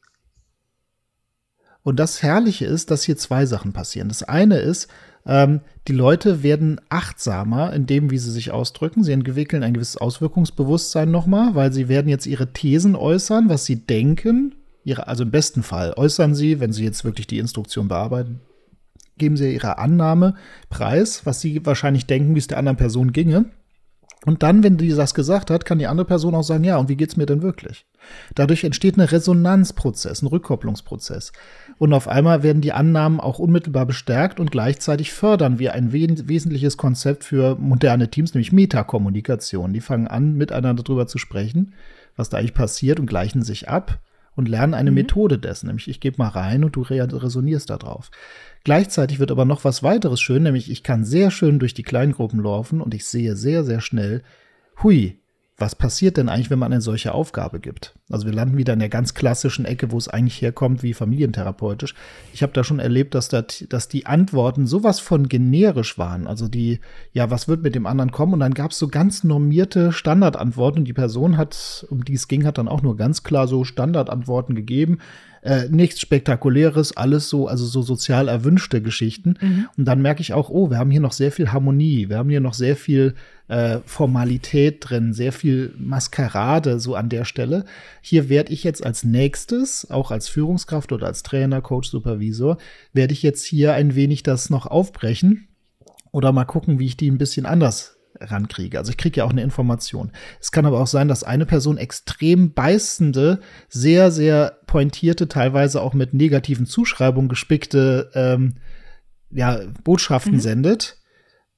Speaker 3: Und das Herrliche ist, dass hier 2 Sachen passieren. Das eine ist, die Leute werden achtsamer in dem, wie sie sich ausdrücken. Sie entwickeln ein gewisses Auswirkungsbewusstsein nochmal, weil sie werden jetzt ihre Thesen äußern, was sie denken. Also im besten Fall äußern sie, wenn sie jetzt wirklich die Instruktion bearbeiten, geben sie ihre Annahme preis, was sie wahrscheinlich denken, wie es der anderen Person ginge. Und dann, wenn die das gesagt hat, kann die andere Person auch sagen, ja, und wie geht's mir denn wirklich? Dadurch entsteht ein Resonanzprozess, ein Rückkopplungsprozess. Und auf einmal werden die Annahmen auch unmittelbar bestärkt und gleichzeitig fördern wir ein wesentliches Konzept für moderne Teams, nämlich Metakommunikation. Die fangen an, miteinander darüber zu sprechen, was da eigentlich passiert und gleichen sich ab und lernen eine Methode dessen, nämlich ich gebe mal rein und du resonierst da drauf. Gleichzeitig wird aber noch was weiteres schön, nämlich ich kann sehr schön durch die Kleingruppen laufen und ich sehe sehr, sehr schnell, hui, was passiert denn eigentlich, wenn man eine solche Aufgabe gibt? Also wir landen wieder in der ganz klassischen Ecke, wo es eigentlich herkommt, wie familientherapeutisch. Ich habe da schon erlebt, dass die Antworten sowas von generisch waren. Also was wird mit dem anderen kommen? Und dann gab es so ganz normierte Standardantworten und die Person um die es ging, hat dann auch nur ganz klar so Standardantworten gegeben. Nichts Spektakuläres, alles so, also so sozial erwünschte Geschichten. Und dann merke ich auch, wir haben hier noch sehr viel Harmonie, wir haben hier noch sehr viel Formalität drin, sehr viel Maskerade so an der Stelle. Hier werde ich jetzt als nächstes, auch als Führungskraft oder als Trainer, Coach, Supervisor, werde ich jetzt hier ein wenig das noch aufbrechen oder mal gucken, wie ich die ein bisschen anders rankriege. Also ich kriege ja auch eine Information. Es kann aber auch sein, dass eine Person extrem beißende, sehr, sehr pointierte, teilweise auch mit negativen Zuschreibungen gespickte Botschaften sendet.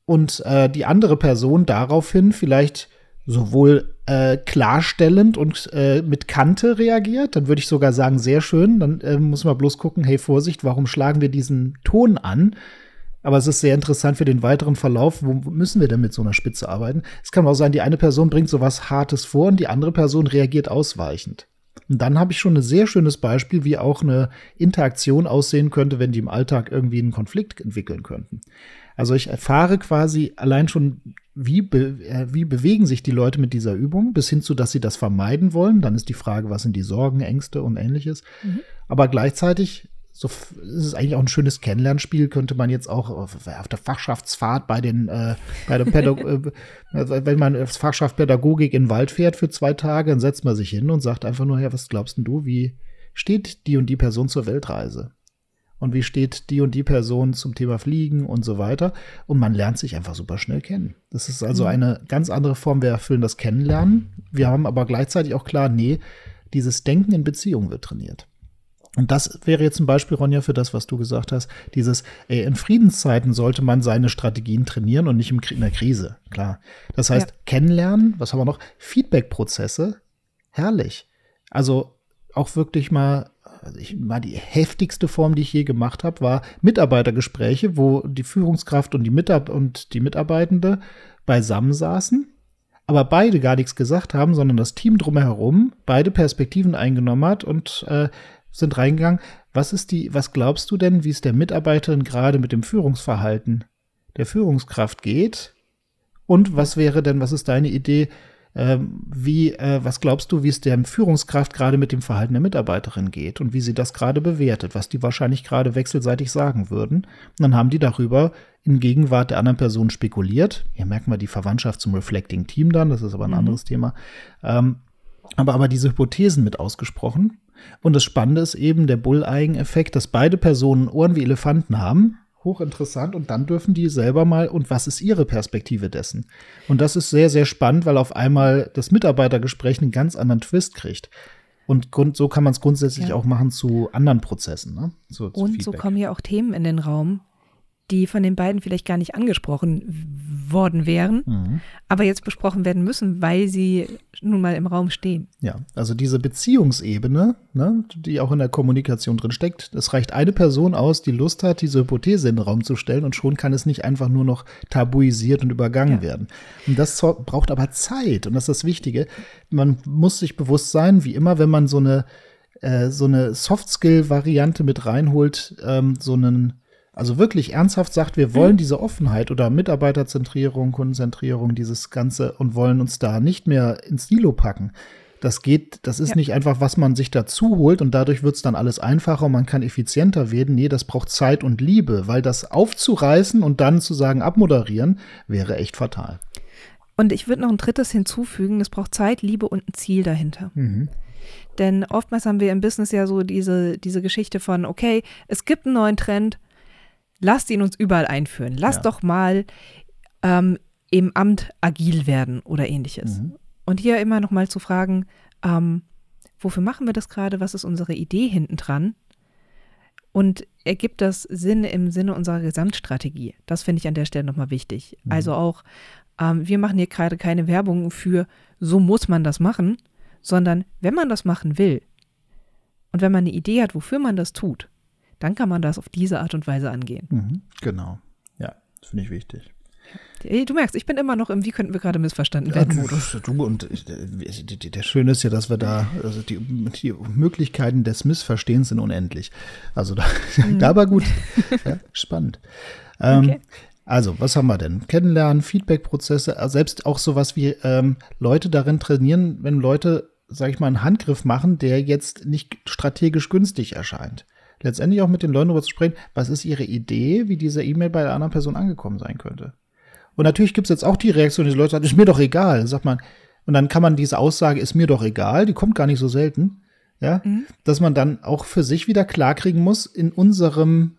Speaker 3: und die andere Person daraufhin vielleicht sowohl klarstellend und mit Kante reagiert, dann würde ich sogar sagen, sehr schön. Dann muss man bloß gucken, hey, Vorsicht, warum schlagen wir diesen Ton an? Aber es ist sehr interessant für den weiteren Verlauf, wo müssen wir denn mit so einer Spitze arbeiten? Es kann auch sein, die eine Person bringt sowas Hartes vor und die andere Person reagiert ausweichend. Und dann habe ich schon ein sehr schönes Beispiel, wie auch eine Interaktion aussehen könnte, wenn die im Alltag irgendwie einen Konflikt entwickeln könnten. Also ich erfahre quasi allein schon, wie bewegen sich die Leute mit dieser Übung, bis hin zu, dass sie das vermeiden wollen. Dann ist die Frage, was sind die Sorgen, Ängste und Ähnliches. Aber gleichzeitig so ist es eigentlich auch ein schönes Kennenlernspiel, könnte man jetzt auch auf der Fachschaftsfahrt wenn man auf Fachschaft Pädagogik in den Wald fährt für 2 Tage, dann setzt man sich hin und sagt einfach nur, ja, was glaubst denn du, wie steht die und die Person zur Weltreise? Und wie steht die und die Person zum Thema Fliegen und so weiter? Und man lernt sich einfach super schnell kennen. Das ist also eine ganz andere Form, wir erfüllen das Kennenlernen. Wir haben aber gleichzeitig auch klar, nee, dieses Denken in Beziehungen wird trainiert. Und das wäre jetzt ein Beispiel, Ronja, für das, was du gesagt hast. In Friedenszeiten sollte man seine Strategien trainieren und nicht in der Krise, klar. Das heißt, Kennenlernen, was haben wir noch? Feedback-Prozesse, herrlich. Also auch wirklich mal die heftigste Form, die ich je gemacht habe, war Mitarbeitergespräche, wo die Führungskraft und die Mitarbeitende beisammen saßen, aber beide gar nichts gesagt haben, sondern das Team drumherum beide Perspektiven eingenommen hat und sind reingegangen. Was glaubst du denn, wie es der Mitarbeiterin gerade mit dem Führungsverhalten der Führungskraft geht? Und was ist deine Idee, was glaubst du, wie es der Führungskraft gerade mit dem Verhalten der Mitarbeiterin geht und wie sie das gerade bewertet, was die wahrscheinlich gerade wechselseitig sagen würden? Und dann haben die darüber in Gegenwart der anderen Person spekuliert. Hier merken wir die Verwandtschaft zum Reflecting Team dann, das ist aber ein anderes Thema. Aber diese Hypothesen mit ausgesprochen. Und das Spannende ist eben der Bull-Eigen-Effekt, dass beide Personen Ohren wie Elefanten haben. Hochinteressant. Und dann dürfen die selber mal, und was ist ihre Perspektive dessen? Und das ist sehr, sehr spannend, weil auf einmal das Mitarbeitergespräch einen ganz anderen Twist kriegt. Und so kann man es grundsätzlich auch machen zu anderen Prozessen. Ne? Zu
Speaker 2: und Feedback. So kommen ja auch Themen in den Raum, die von den beiden vielleicht gar nicht angesprochen worden wären, aber jetzt besprochen werden müssen, weil sie nun mal im Raum stehen.
Speaker 3: Ja, also diese Beziehungsebene, ne, die auch in der Kommunikation drin steckt, es reicht eine Person aus, die Lust hat, diese Hypothese in den Raum zu stellen und schon kann es nicht einfach nur noch tabuisiert und übergangen werden. Und das braucht aber Zeit und das ist das Wichtige. Man muss sich bewusst sein, wie immer, wenn man so eine Soft-Skill-Variante mit reinholt, also wirklich ernsthaft sagt, wir wollen diese Offenheit oder Mitarbeiterzentrierung, Kundenzentrierung, dieses Ganze und wollen uns da nicht mehr ins Silo packen. Das ist nicht einfach, was man sich dazu holt und dadurch wird es dann alles einfacher und man kann effizienter werden. Nee, das braucht Zeit und Liebe, weil das aufzureißen und dann zu sagen, abmoderieren, wäre echt fatal.
Speaker 2: Und ich würde noch ein drittes hinzufügen, es braucht Zeit, Liebe und ein Ziel dahinter. Denn oftmals haben wir im Business ja so diese Geschichte von, okay, es gibt einen neuen Trend, lasst ihn uns überall einführen. Lasst doch mal im Amt agil werden oder ähnliches. Und hier immer noch mal zu fragen, wofür machen wir das gerade? Was ist unsere Idee hinten dran? Und ergibt das Sinn im Sinne unserer Gesamtstrategie? Das finde ich an der Stelle nochmal wichtig. Also auch, wir machen hier gerade keine Werbung für, so muss man das machen, sondern wenn man das machen will und wenn man eine Idee hat, wofür man das tut, dann kann man das auf diese Art und Weise angehen.
Speaker 3: Genau. Ja, das finde ich wichtig.
Speaker 2: Du merkst, ich bin immer noch im Wie könnten wir gerade missverstanden werden Modus.
Speaker 3: Der Schöne ist ja, dass wir da, also die Möglichkeiten des Missverstehens sind unendlich. Also da war gut. Ja, spannend. Okay. Also, was haben wir denn? Kennenlernen, Feedback-Prozesse, selbst auch sowas wie Leute darin trainieren, wenn Leute, sag ich mal, einen Handgriff machen, der jetzt nicht strategisch günstig erscheint. Letztendlich auch mit den Leuten darüber zu sprechen, was ist ihre Idee, wie diese E-Mail bei der anderen Person angekommen sein könnte. Und natürlich gibt es jetzt auch die Reaktion, die Leute sagen, ist mir doch egal. Dann sagt man, und dann kann man diese Aussage, ist mir doch egal, die kommt gar nicht so selten, ja, dass man dann auch für sich wieder klarkriegen muss, in unserem,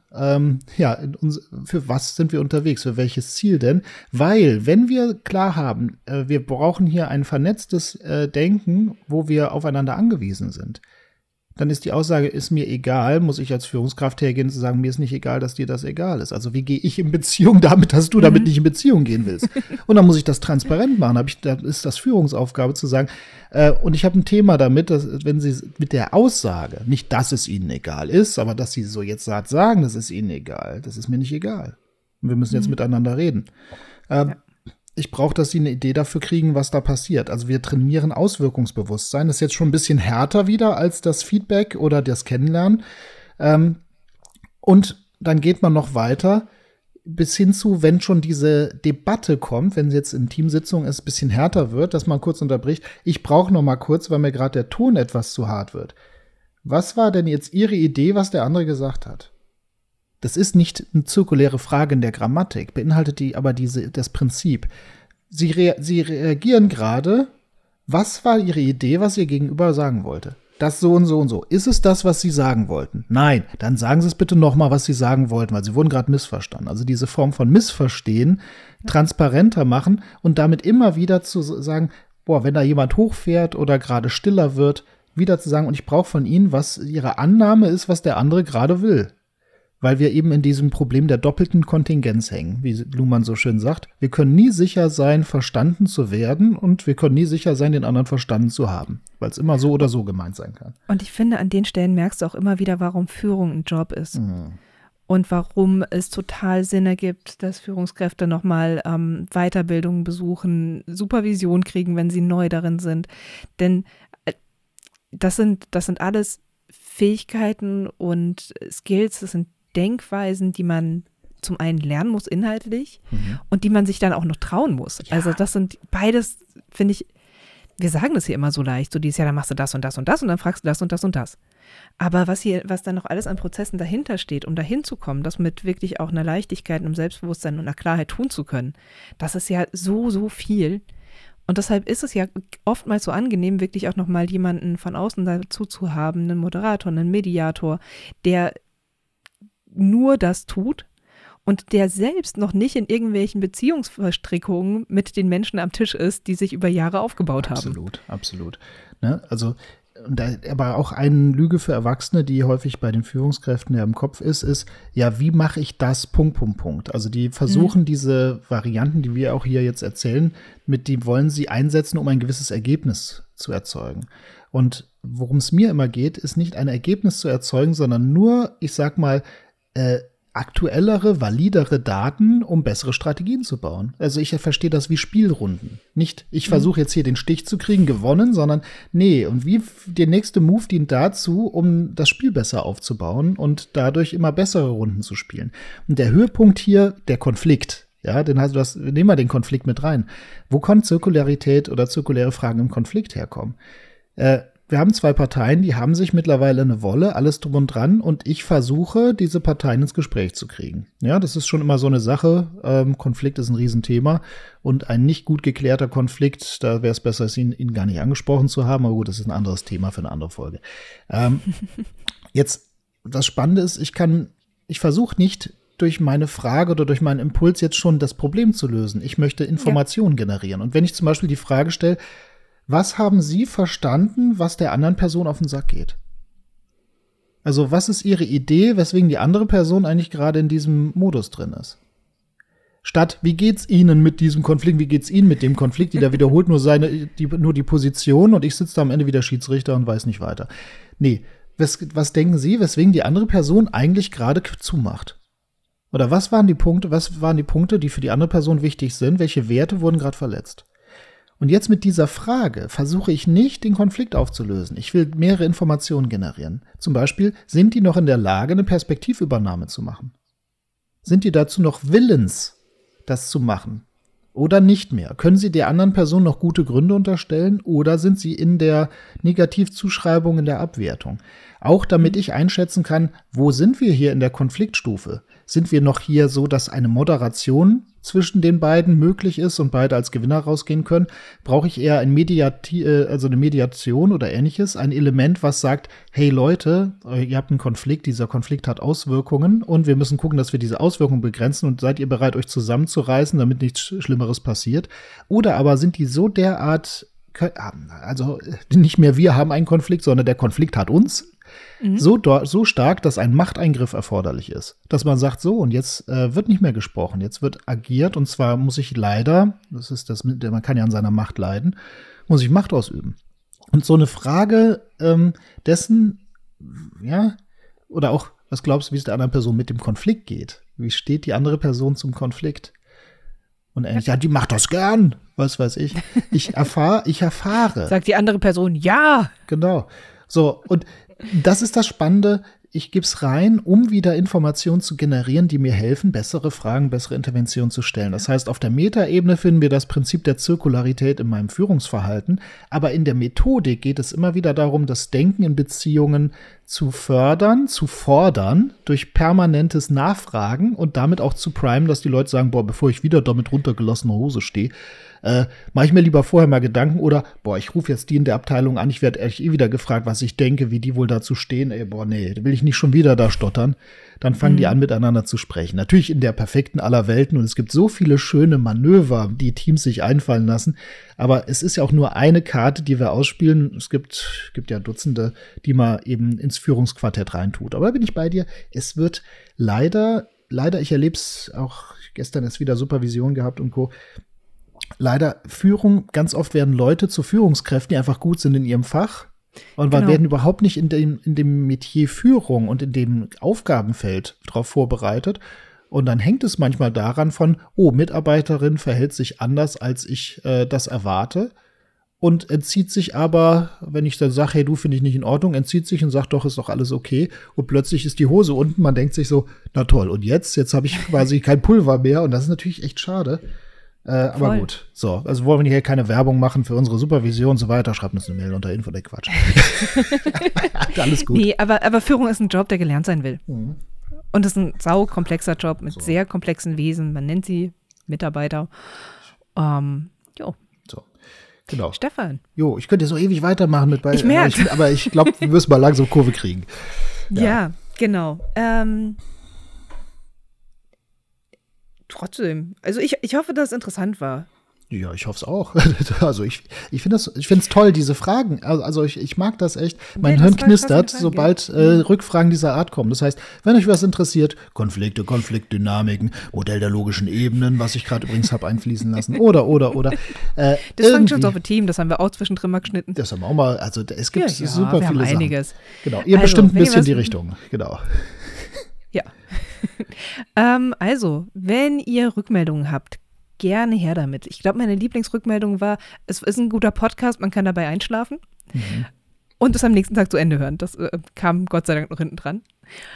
Speaker 3: für was sind wir unterwegs, für welches Ziel denn? Weil, wenn wir klar haben, wir brauchen hier ein vernetztes Denken, wo wir aufeinander angewiesen sind, dann ist die Aussage, ist mir egal, muss ich als Führungskraft hergehen und sagen, mir ist nicht egal, dass dir das egal ist. Also wie gehe ich in Beziehung damit, dass du damit nicht in Beziehung gehen willst? Und dann muss ich das transparent machen. Da ist das Führungsaufgabe zu sagen, und ich habe ein Thema damit, dass wenn Sie mit der Aussage, nicht, dass es Ihnen egal ist, aber dass Sie so jetzt sagen, das ist Ihnen egal, das ist mir nicht egal. Und wir müssen jetzt miteinander reden. Ich brauche, dass Sie eine Idee dafür kriegen, was da passiert. Also wir trainieren Auswirkungsbewusstsein. Das ist jetzt schon ein bisschen härter wieder als das Feedback oder das Kennenlernen. Und dann geht man noch weiter bis hin zu, wenn schon diese Debatte kommt, wenn jetzt in Teamsitzungen es ein bisschen härter wird, dass man kurz unterbricht. Ich brauche noch mal kurz, weil mir gerade der Ton etwas zu hart wird. Was war denn jetzt Ihre Idee, was der andere gesagt hat? Das ist nicht eine zirkuläre Frage in der Grammatik, beinhaltet die aber das Prinzip. Sie reagieren gerade, was war Ihre Idee, was Ihr Gegenüber sagen wollte? Das so und so und so. Ist es das, was Sie sagen wollten? Nein, dann sagen Sie es bitte nochmal, was Sie sagen wollten, weil Sie wurden gerade missverstanden. Also diese Form von Missverstehen transparenter machen und damit immer wieder zu sagen, wenn da jemand hochfährt oder gerade stiller wird, wieder zu sagen, und ich brauche von Ihnen, was Ihre Annahme ist, was der andere gerade will. Weil wir eben in diesem Problem der doppelten Kontingenz hängen, wie Luhmann so schön sagt. Wir können nie sicher sein, verstanden zu werden, und wir können nie sicher sein, den anderen verstanden zu haben, weil es immer so oder so gemeint sein kann.
Speaker 2: Und ich finde, an den Stellen merkst du auch immer wieder, warum Führung ein Job ist. Und warum es total Sinn ergibt, dass Führungskräfte nochmal Weiterbildungen besuchen, Supervision kriegen, wenn sie neu darin sind. Denn das sind alles Fähigkeiten und Skills, das sind Denkweisen, die man zum einen lernen muss inhaltlich und die man sich dann auch noch trauen muss. Ja. Also das sind beides, finde ich, wir sagen das hier immer so leicht, so dieses Jahr, dann machst du das und das und das und dann fragst du das und das und das. Aber was dann noch alles an Prozessen dahinter steht, um dahin zu kommen, das mit wirklich auch einer Leichtigkeit, einem Selbstbewusstsein und einer Klarheit tun zu können, das ist ja so, so viel. Und deshalb ist es ja oftmals so angenehm, wirklich auch nochmal jemanden von außen dazu zu haben, einen Moderator, einen Mediator, der nur das tut und der selbst noch nicht in irgendwelchen Beziehungsverstrickungen mit den Menschen am Tisch ist, die sich über Jahre aufgebaut haben.
Speaker 3: Absolut, absolut. Ne? Also, aber auch eine Lüge für Erwachsene, die häufig bei den Führungskräften ja im Kopf ist, ja, wie mache ich das, .. Also die versuchen diese Varianten, die wir auch hier jetzt erzählen, die wollen sie einsetzen, um ein gewisses Ergebnis zu erzeugen. Und worum es mir immer geht, ist nicht ein Ergebnis zu erzeugen, sondern nur, ich sag mal, aktuellere, validere Daten, um bessere Strategien zu bauen. Also ich verstehe das wie Spielrunden. Nicht, ich versuche jetzt hier den Stich zu kriegen, gewonnen, sondern nee, und wie der nächste Move dient dazu, um das Spiel besser aufzubauen und dadurch immer bessere Runden zu spielen. Und der Höhepunkt hier, der Konflikt. Ja, nehmen wir den Konflikt mit rein. Wo kann Zirkularität oder zirkuläre Fragen im Konflikt herkommen? Wir haben zwei Parteien, die haben sich mittlerweile eine Wolle, alles drum und dran, und ich versuche, diese Parteien ins Gespräch zu kriegen. Ja, das ist schon immer so eine Sache. Konflikt ist ein Riesenthema und ein nicht gut geklärter Konflikt, da wäre es besser, ihn gar nicht angesprochen zu haben, aber gut, das ist ein anderes Thema für eine andere Folge. Jetzt, das Spannende ist, ich versuche nicht durch meine Frage oder durch meinen Impuls jetzt schon das Problem zu lösen. Ich möchte Informationen generieren. Und wenn ich zum Beispiel die Frage stelle, was haben Sie verstanden, was der anderen Person auf den Sack geht? Also was ist Ihre Idee, weswegen die andere Person eigentlich gerade in diesem Modus drin ist? Statt, wie geht's Ihnen mit diesem Konflikt, wie geht's Ihnen mit dem Konflikt? Jeder wiederholt nur die Position und ich sitze da am Ende wieder Schiedsrichter und weiß nicht weiter. Nee, was denken Sie, weswegen die andere Person eigentlich gerade zumacht? Oder was waren die Punkte, die für die andere Person wichtig sind? Welche Werte wurden gerade verletzt? Und jetzt mit dieser Frage versuche ich nicht, den Konflikt aufzulösen. Ich will mehrere Informationen generieren. Zum Beispiel, sind die noch in der Lage, eine Perspektivübernahme zu machen? Sind die dazu noch willens, das zu machen? Oder nicht mehr? Können sie der anderen Person noch gute Gründe unterstellen? Oder sind sie in der Negativzuschreibung, in der Abwertung? Auch damit ich einschätzen kann, wo sind wir hier in der Konfliktstufe? Sind wir noch hier so, dass eine Moderation zwischen den beiden möglich ist und beide als Gewinner rausgehen können? Brauche ich eher eine Mediation oder ähnliches? Ein Element, was sagt, hey Leute, ihr habt einen Konflikt, dieser Konflikt hat Auswirkungen und wir müssen gucken, dass wir diese Auswirkungen begrenzen, und seid ihr bereit, euch zusammenzureißen, damit nichts Schlimmeres passiert? Oder aber sind die so derart, also nicht mehr wir haben einen Konflikt, sondern der Konflikt hat uns? So stark, dass ein Machteingriff erforderlich ist. Dass man sagt, so, und jetzt wird nicht mehr gesprochen, jetzt wird agiert, und zwar muss ich leider, das ist das, man kann ja an seiner Macht leiden, muss ich Macht ausüben. Und so eine Frage dessen, ja, oder auch, was glaubst du, wie es der anderen Person mit dem Konflikt geht? Wie steht die andere Person zum Konflikt? Und ja, die macht das gern, was weiß ich. Ich erfahre.
Speaker 2: Sagt die andere Person, ja.
Speaker 3: Genau. So, und das ist das Spannende. Ich gebe es rein, um wieder Informationen zu generieren, die mir helfen, bessere Fragen, bessere Interventionen zu stellen. Das heißt, auf der Metaebene finden wir das Prinzip der Zirkularität in meinem Führungsverhalten. Aber in der Methodik geht es immer wieder darum, das Denken in Beziehungen zu fördern, zu fordern, durch permanentes Nachfragen und damit auch zu primen, dass die Leute sagen, boah, bevor ich wieder da mit runtergelassener Hose stehe, mache ich mir lieber vorher mal Gedanken oder, boah, ich rufe jetzt die in der Abteilung an, ich werde echt wieder gefragt, was ich denke, wie die wohl dazu stehen, boah, nee, will ich nicht schon wieder da stottern. Dann fangen die an, miteinander zu sprechen. Natürlich in der perfekten aller Welten, und es gibt so viele schöne Manöver, die Teams sich einfallen lassen, aber es ist ja auch nur eine Karte, die wir ausspielen. Es gibt ja Dutzende, die man eben ins Führungsquartett reintut. Aber da bin ich bei dir, es wird leider, ich erlebe es auch, gestern erst wieder Supervision gehabt und Co., leider Führung, ganz oft werden Leute zu Führungskräften, die einfach gut sind in ihrem Fach und werden überhaupt nicht in dem Metier Führung und in dem Aufgabenfeld drauf vorbereitet. Und dann hängt es manchmal daran von, Mitarbeiterin verhält sich anders, als ich das erwarte. Und entzieht sich aber, wenn ich dann sage, hey, du, finde ich nicht in Ordnung, entzieht sich und sagt, doch, ist doch alles okay. Und plötzlich ist die Hose unten, man denkt sich so, na toll, und jetzt habe ich quasi kein Pulver mehr. Und das ist natürlich echt schade. Aber gut, so, also wollen wir hier keine Werbung machen für unsere Supervision und so weiter, schreibt uns eine Mail unter Info, der Quatsch. Alles gut.
Speaker 2: Nee, aber Führung ist ein Job, der gelernt sein will. Mhm. Und es ist ein saukomplexer Job mit sehr komplexen Wesen, man nennt sie Mitarbeiter.
Speaker 3: So, genau.
Speaker 2: Stefan.
Speaker 3: Jo, ich könnte so ewig weitermachen mit
Speaker 2: Ich merke.
Speaker 3: Aber ich glaube, wir müssen mal langsam Kurve kriegen.
Speaker 2: Ja, genau. Trotzdem. Also ich hoffe, dass es interessant war.
Speaker 3: Ja, ich hoffe es auch. Also ich finde es toll, diese Fragen. Also ich mag das echt. Mein Hirn knistert, sobald Rückfragen dieser Art kommen. Das heißt, wenn euch was interessiert, Konfliktdynamiken, Modell der logischen Ebenen, was ich gerade übrigens habe einfließen lassen, oder.
Speaker 2: Das Functions of a Team, das haben wir auch zwischendrin mal geschnitten.
Speaker 3: Das haben wir auch mal, also es gibt super
Speaker 2: wir
Speaker 3: viele
Speaker 2: haben
Speaker 3: Sachen.
Speaker 2: Einiges.
Speaker 3: Genau, ihr bestimmt ein bisschen die Richtung, genau.
Speaker 2: Ja. Also, wenn ihr Rückmeldungen habt, gerne her damit. Ich glaube, meine Lieblingsrückmeldung war, es ist ein guter Podcast, man kann dabei einschlafen und es am nächsten Tag zu Ende hören. Das kam Gott sei Dank noch hinten dran.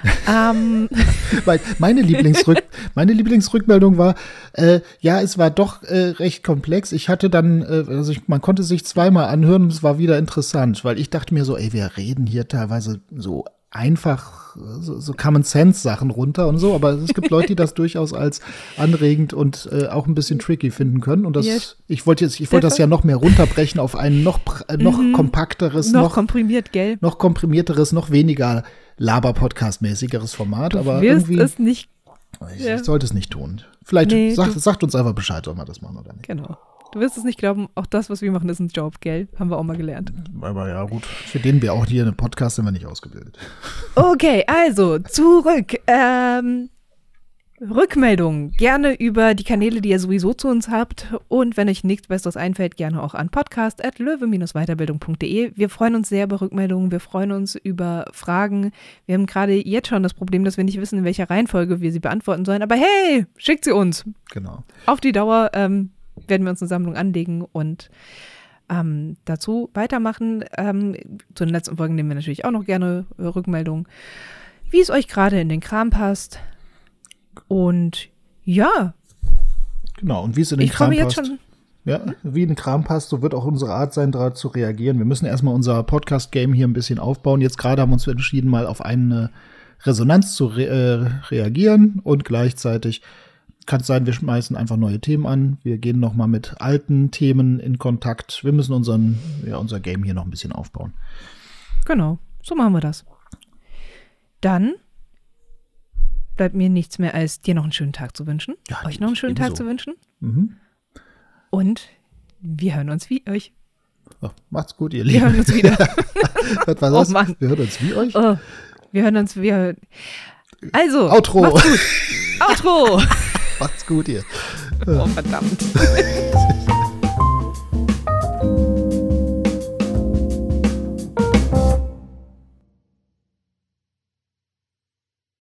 Speaker 3: Weil meine Lieblingsrückmeldung war, es war doch recht komplex. Ich hatte dann, man konnte sich zweimal anhören und es war wieder interessant, weil ich dachte mir so, wir reden hier teilweise so einfach so Common-Sense-Sachen runter und so, aber es gibt Leute, die das durchaus als anregend und auch ein bisschen tricky finden können. Und das, ich wollte das ja noch mehr runterbrechen auf ein noch kompakteres, noch komprimierteres, noch weniger Laber-Podcast-mäßigeres Format. Aber irgendwie
Speaker 2: es nicht.
Speaker 3: Ich sollte es nicht tun. Vielleicht sagt uns einfach Bescheid, ob wir das machen oder nicht.
Speaker 2: Genau. Du wirst es nicht glauben, auch das, was wir machen, ist ein Job, gell? Haben wir auch mal gelernt.
Speaker 3: Aber ja, gut. Für den wir auch hier einen Podcast sind wir nicht ausgebildet.
Speaker 2: Okay, also, zurück. Rückmeldungen gerne über die Kanäle, die ihr sowieso zu uns habt. Und wenn euch nichts Besseres einfällt, gerne auch an podcast@löwe-weiterbildung.de. Wir freuen uns sehr über Rückmeldungen. Wir freuen uns über Fragen. Wir haben gerade jetzt schon das Problem, dass wir nicht wissen, in welcher Reihenfolge wir sie beantworten sollen. Aber hey, schickt sie uns.
Speaker 3: Genau.
Speaker 2: Auf die Dauer werden wir uns eine Sammlung anlegen und dazu weitermachen. Zu den letzten Folgen nehmen wir natürlich auch noch gerne Rückmeldungen, wie es euch gerade in den Kram passt. Und ja.
Speaker 3: Genau, und wie es in den Kram passt. Ja, wie in den Kram passt, so wird auch unsere Art sein, da zu reagieren. Wir müssen erstmal unser Podcast-Game hier ein bisschen aufbauen. Jetzt gerade haben wir uns entschieden, mal auf eine Resonanz zu reagieren und gleichzeitig kann es sein, wir schmeißen einfach neue Themen an. Wir gehen noch mal mit alten Themen in Kontakt. Wir müssen unser Game hier noch ein bisschen aufbauen.
Speaker 2: Genau, so machen wir das. Dann bleibt mir nichts mehr, als dir noch einen schönen Tag zu wünschen. Ja, euch noch einen schönen Tag zu wünschen. Mhm. Und wir hören uns wie euch.
Speaker 3: Oh, macht's gut, ihr
Speaker 2: Wir
Speaker 3: Lieben.
Speaker 2: hören uns wieder.
Speaker 3: Was war das?
Speaker 2: Mann.
Speaker 3: Wir hören uns wie euch?
Speaker 2: Oh, also,
Speaker 3: Outro.
Speaker 2: Macht's gut. Outro.
Speaker 3: Macht's gut, ihr.
Speaker 2: Oh, verdammt.